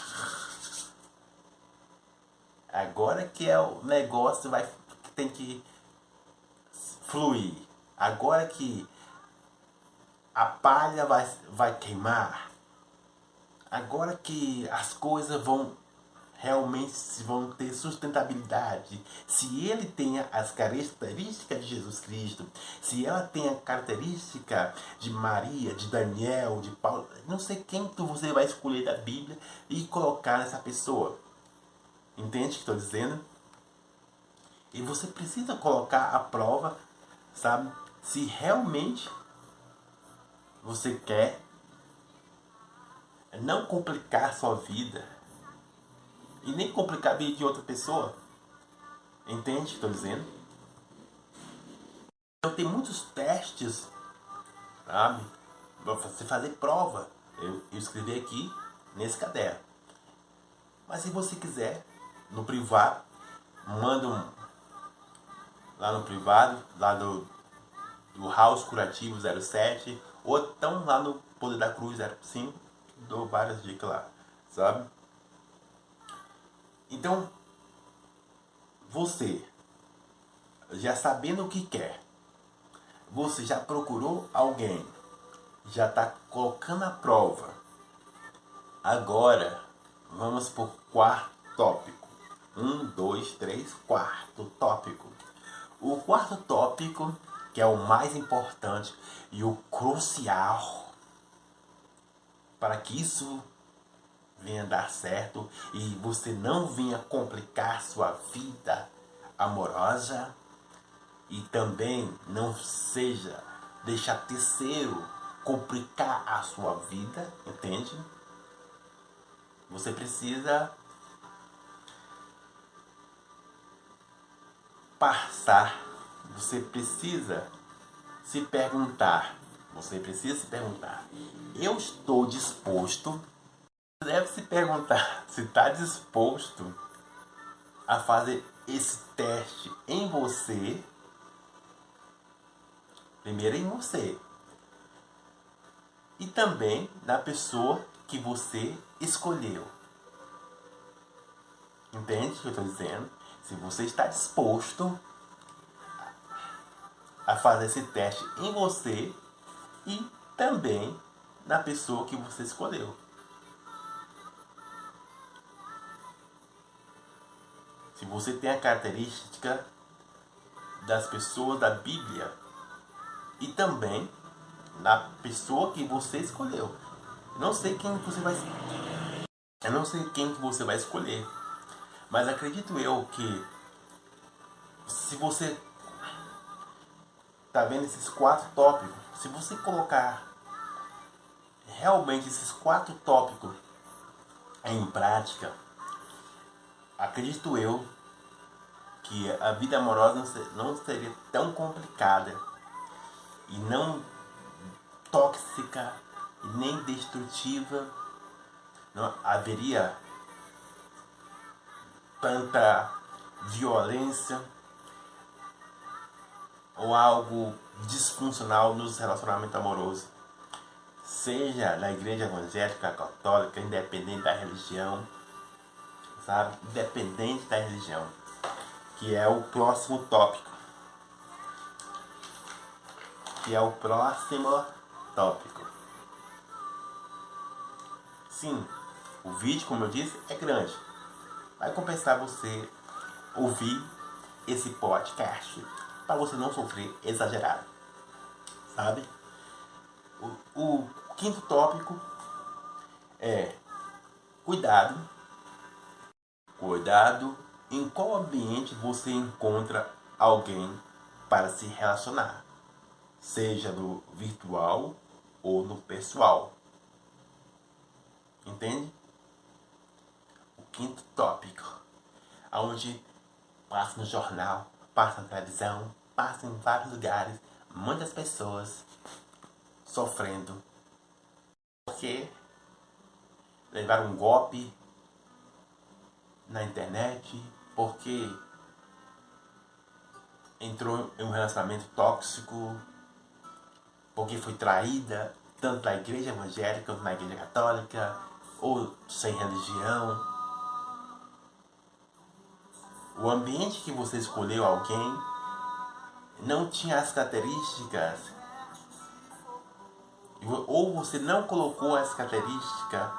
Agora que é o negócio vai tem que fluir. Agora que a palha vai, vai queimar. Agora que as coisas vão realmente vão ter sustentabilidade. Se ele tem as características de Jesus Cristo, se ela tem a característica de Maria, de Daniel, de Paulo, não sei quem tu você vai escolher da Bíblia e colocar nessa pessoa. Entende o que estou dizendo? E você precisa colocar à prova, sabe? Se realmente você quer não complicar a sua vida e nem complicar a vida de outra pessoa. Entende o que estou dizendo? Então tem muitos testes, sabe? Para você fazer prova. Eu, eu escrevi aqui nesse caderno. Mas se você quiser, no privado, manda um, lá no privado, lá do, do House Curativo zero sete, ou então lá no Poder da Cruz zero cinco, dou várias dicas lá, sabe? Então, você, já sabendo o que quer, você já procurou alguém, já está colocando a prova. Agora, vamos para o quarto tópico. Um, dois, três, quarto tópico. O quarto tópico, que é o mais importante e o crucial para que isso venha dar certo e você não venha complicar sua vida amorosa e também não seja deixar terceiro complicar a sua vida, entende? Você precisa passar, você precisa se perguntar, você precisa se perguntar, eu estou disposto, você deve se perguntar se está disposto a fazer esse teste em você, primeiro em você, e também na pessoa que você escolheu. Entende o que eu estou dizendo? Se você está disposto a fazer esse teste em você e também na pessoa que você escolheu. Se você tem a característica das pessoas da Bíblia e também na pessoa que você escolheu. Não sei quem você vai Eu não sei quem que você vai escolher. Mas acredito eu que se você tá vendo esses quatro tópicos, se você colocar realmente esses quatro tópicos em prática, acredito eu que a vida amorosa não seria tão complicada e não tóxica e nem destrutiva. Não haveria tanta violência ou algo disfuncional nos relacionamentos amorosos, seja na igreja evangélica, católica, independente da religião, sabe? Independente da religião, que é o próximo tópico. Que é o próximo tópico. Sim, o vídeo, como eu disse, é grande. Vai compensar você ouvir esse podcast para você não sofrer exagerado, sabe? O, o quinto tópico é cuidado. Cuidado em qual ambiente você encontra alguém para se relacionar, seja no virtual ou no pessoal. Entende? O quinto tópico, onde passa no jornal, passa na televisão, passa em vários lugares, muitas pessoas sofrendo porque levaram um golpe na internet, porque entrou em um relacionamento tóxico, porque foi traída, tanto na igreja evangélica quanto na igreja católica, ou sem religião. O ambiente que você escolheu alguém não tinha as características, ou você não colocou as características,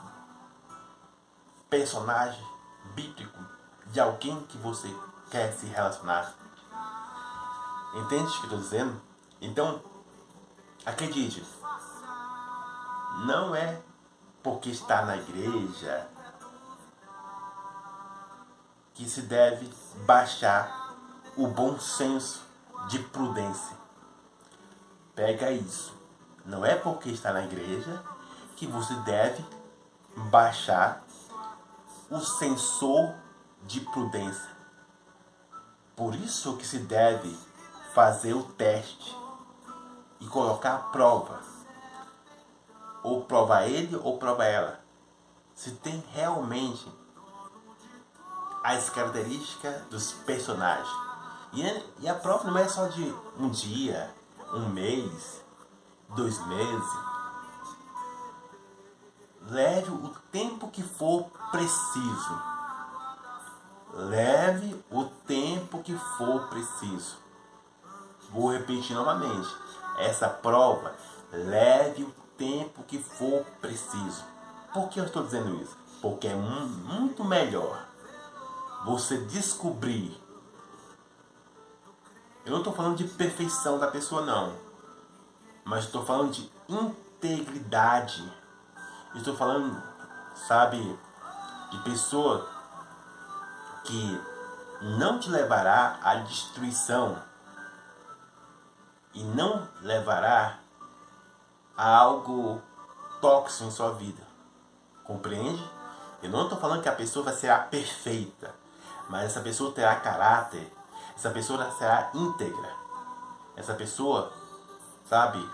personagem bíblico de alguém que você quer se relacionar. Entende o que eu estou dizendo? Então, acredite, não é porque está na igreja que se deve baixar o bom senso de prudência. Pega isso. Não é porque está na igreja que você deve baixar o sensor de prudência. Por isso que se deve fazer o teste e colocar a prova. Ou prova ele ou prova ela. Se tem realmente as características dos personagens. E a prova não é só de um dia, um mês, dois meses. Leve o tempo que for preciso. Leve o tempo que for preciso. Vou repetir novamente. Essa prova, leve o tempo que for preciso. Por que eu estou dizendo isso? Porque é muito melhor você descobrir. Eu não estou falando de perfeição da pessoa, não. Mas estou falando de integridade. Estou falando, sabe, de pessoa que não te levará à destruição e não levará a algo tóxico em sua vida. Compreende? Eu não estou falando que a pessoa vai ser a perfeita, mas essa pessoa terá caráter, essa pessoa será íntegra, essa pessoa, sabe,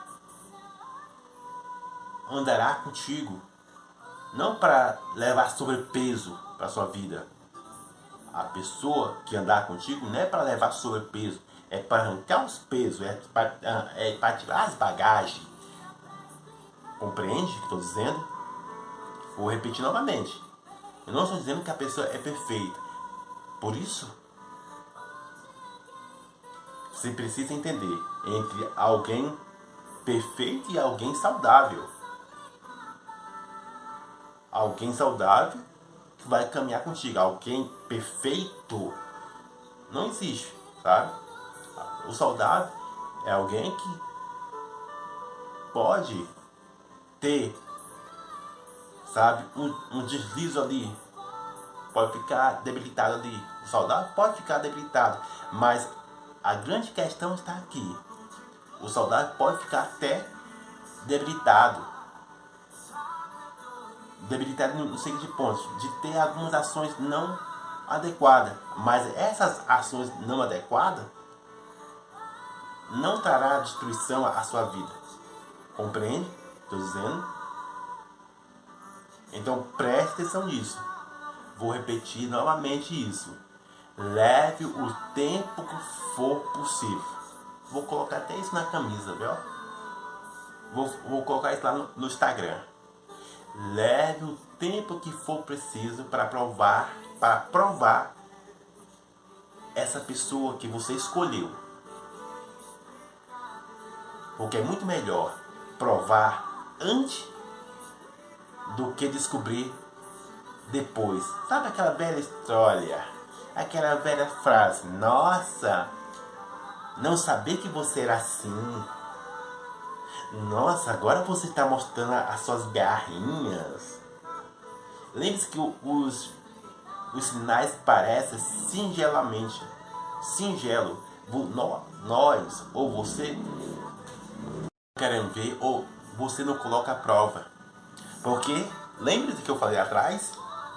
andará contigo, não para levar sobrepeso para sua vida. A pessoa que andar contigo não é para levar sobrepeso, é para arrancar os pesos, é para, é para tirar as bagagens. Compreende o que estou dizendo? Vou repetir novamente. Eu não estou dizendo que a pessoa é perfeita. Por isso, você precisa entender entre alguém perfeito e alguém saudável. Alguém saudável que vai caminhar contigo. Alguém perfeito não existe, sabe? O saudável é alguém que pode ter, sabe, um, um deslize ali, pode ficar debilitado ali. O saudável pode ficar debilitado, mas a grande questão está aqui. O saudável pode ficar até debilitado. Debilitado no seguinte ponto, de ter algumas ações não adequadas. Mas essas ações não adequadas não trará destruição à sua vida. Compreende? Estou dizendo. Então preste atenção nisso. Vou repetir novamente isso. Leve o tempo que for possível. Vou colocar até isso na camisa, viu? Vou, vou colocar isso lá no, no Instagram. Leve o tempo que for preciso para provar, para provar essa pessoa que você escolheu. Porque é muito melhor provar antes do que descobrir depois. Sabe aquela velha história Aquela velha frase: nossa, não sabia que você era assim. Nossa, agora você está mostrando as suas garrinhas. Lembre-se que os, os sinais parecem singelamente, singelo. Nós ou você querem ver ou você não coloca a prova. Porque, lembre-se que eu falei atrás,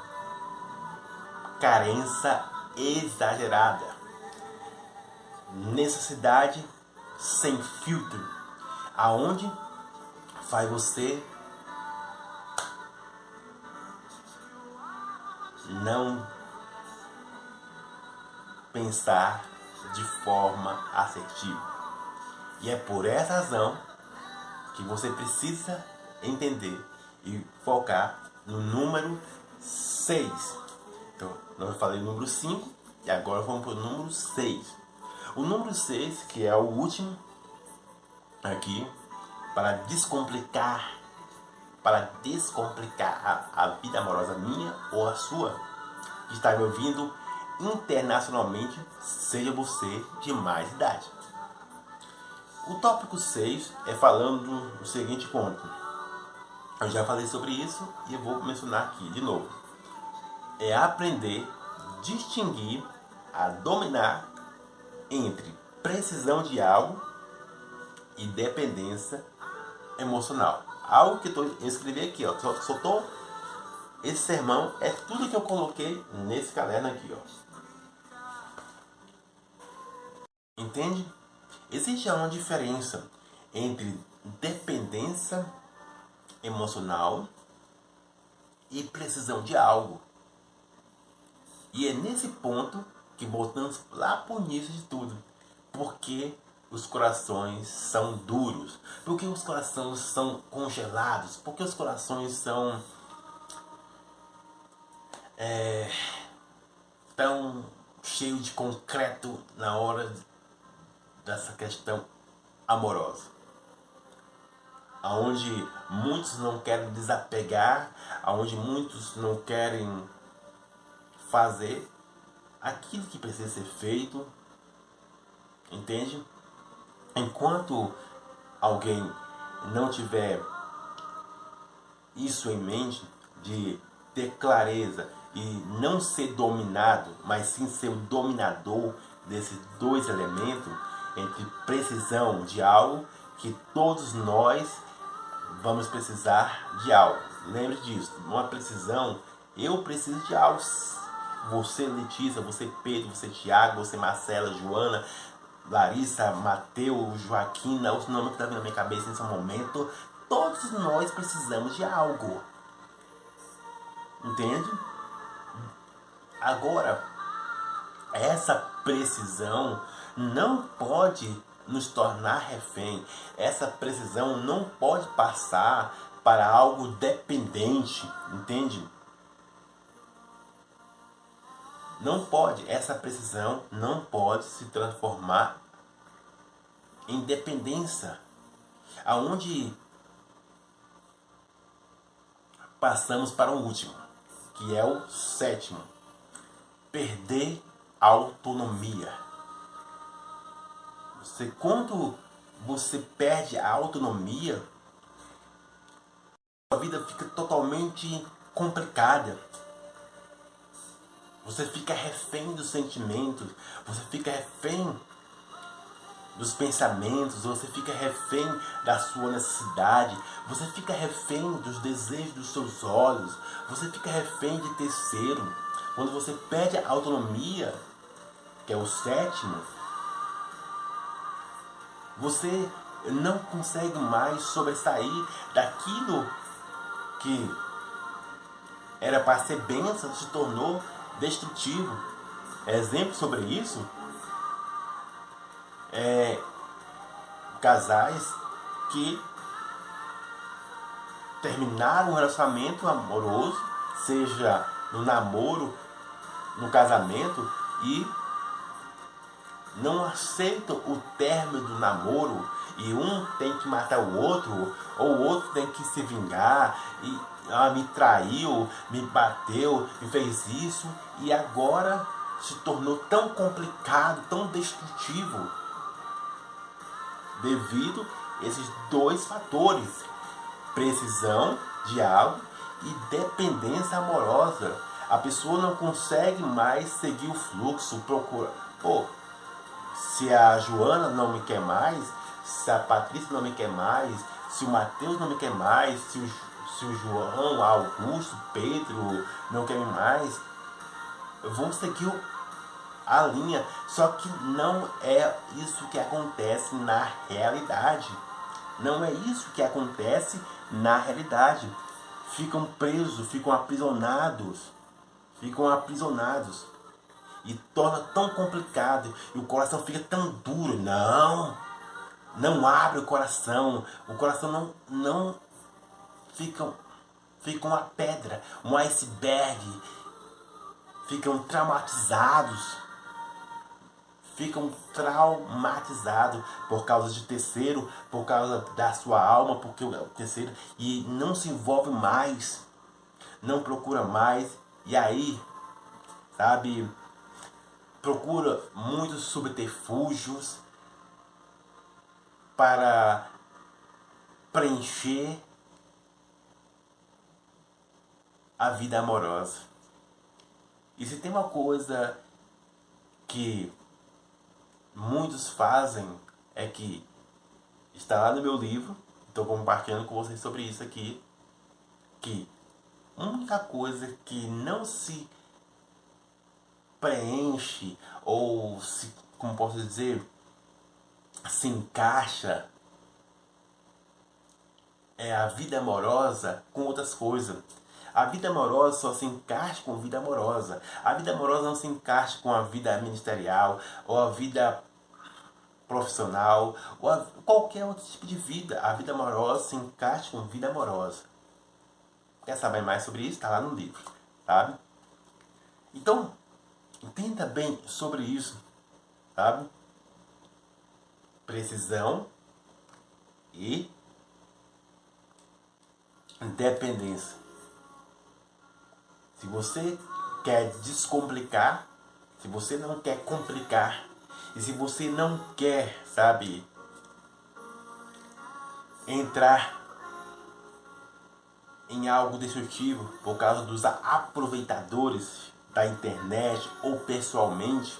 carência exagerada, necessidade sem filtro, aonde faz você não pensar de forma assertiva. E é por essa razão que você precisa entender e focar no número seis. Então, nós falei o número cinco e agora vamos para o número seis. O número seis, que é o último aqui, para descomplicar, para descomplicar a, a vida amorosa minha ou a sua, que está me ouvindo internacionalmente, seja você de mais idade. O tópico seis é falando do seguinte ponto. Eu já falei sobre isso e eu vou mencionar aqui de novo. É aprender a distinguir, a dominar entre precisão de algo e dependência emocional. Algo que eu escrevi aqui, ó. Só, só tô, esse sermão é tudo que eu coloquei nesse caderno aqui, ó. Entende? Existe uma diferença entre dependência emocional e precisão de algo. E é nesse ponto que voltamos lá para o início de tudo. Porque os corações são duros? Porque os corações são congelados? Porque os corações são é, tão cheios de concreto na hora dessa questão amorosa? Aonde muitos não querem desapegar, aonde muitos não querem fazer aquilo que precisa ser feito, entende? Enquanto alguém não tiver isso em mente, de ter clareza e não ser dominado, mas sim ser o dominador desses dois elementos, entre precisão de algo, que todos nós vamos precisar de algo. Lembre disso, uma precisão, eu preciso de algo. Você, Letícia, você, Pedro, você, Tiago, você, Marcela, Joana, Larissa, Mateus, Joaquina, os nomes que estão vindo na minha cabeça nesse momento, todos nós precisamos de algo. Entende? Agora, essa precisão não pode nos tornar refém. Essa precisão não pode passar para algo dependente, entende? Não pode, essa precisão não pode se transformar em dependência, aonde passamos para o último, que é o sétimo: perder a autonomia. Você, quando você perde a autonomia, a vida fica totalmente complicada. Você fica refém dos sentimentos, você fica refém dos pensamentos, você fica refém da sua necessidade, você fica refém dos desejos dos seus olhos, você fica refém de terceiro. Quando você perde a autonomia, que é o sétimo, você não consegue mais sobressair daquilo que era para ser bênção, se tornou destrutivo. Exemplo sobre isso é casais que terminaram um relacionamento amoroso, seja no namoro, no casamento, e não aceitam o término do namoro, e um tem que matar o outro, ou o outro tem que se vingar, e ah, me traiu, me bateu, me fez isso, e agora se tornou tão complicado, tão destrutivo, devido a esses dois fatores: precisão de algo e dependência amorosa. A pessoa não consegue mais seguir o fluxo, procura. Pô, se a Joana não me quer mais, se a Patrícia não me quer mais, se o Matheus não me quer mais, se o, se o João, Augusto, Pedro não quer mais, vamos seguir a linha. Só que não é isso que acontece na realidade. Não é isso que acontece na realidade. Ficam presos, ficam aprisionados. Ficam aprisionados. E torna tão complicado. E o coração fica tão duro. Não. Não abre o coração. O coração não, não fica, fica uma pedra, um iceberg. Ficam traumatizados. Ficam traumatizados por causa de terceiro, por causa da sua alma, porque o terceiro, e não se envolve mais, não procura mais, e aí, sabe, procura muitos subterfúgios para preencher a vida amorosa. E se tem uma coisa que muitos fazem, é que está lá no meu livro, estou compartilhando com vocês sobre isso aqui, que a única coisa que não se preenche ou se, como posso dizer, se encaixa é a vida amorosa com outras coisas. A vida amorosa só se encaixa com a vida amorosa. A vida amorosa não se encaixa com a vida ministerial ou a vida profissional ou a qualquer outro tipo de vida. A vida amorosa se encaixa com a vida amorosa. Quer saber mais sobre isso? Está lá no livro, sabe? Então, entenda bem sobre isso, sabe? Precisão e dependência. Se você quer descomplicar, se você não quer complicar, e se você não quer, sabe, entrar em algo destrutivo por causa dos aproveitadores da internet ou pessoalmente,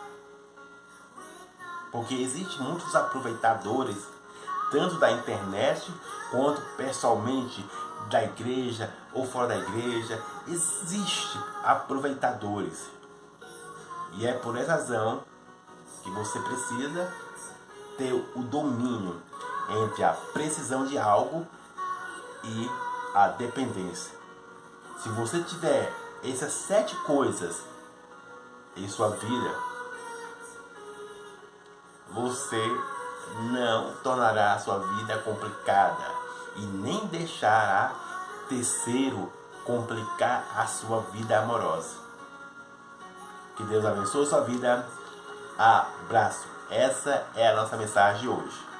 porque existem muitos aproveitadores, tanto da internet quanto pessoalmente, da igreja ou fora da igreja. Existem aproveitadores. E é por essa razão que você precisa ter o domínio entre a precisão de algo e a dependência. Se você tiver essas sete coisas em sua vida, você não tornará a sua vida complicada e nem deixará terceiro complicar a sua vida amorosa. Que Deus abençoe a sua vida. Abraço. Essa é a nossa mensagem de hoje.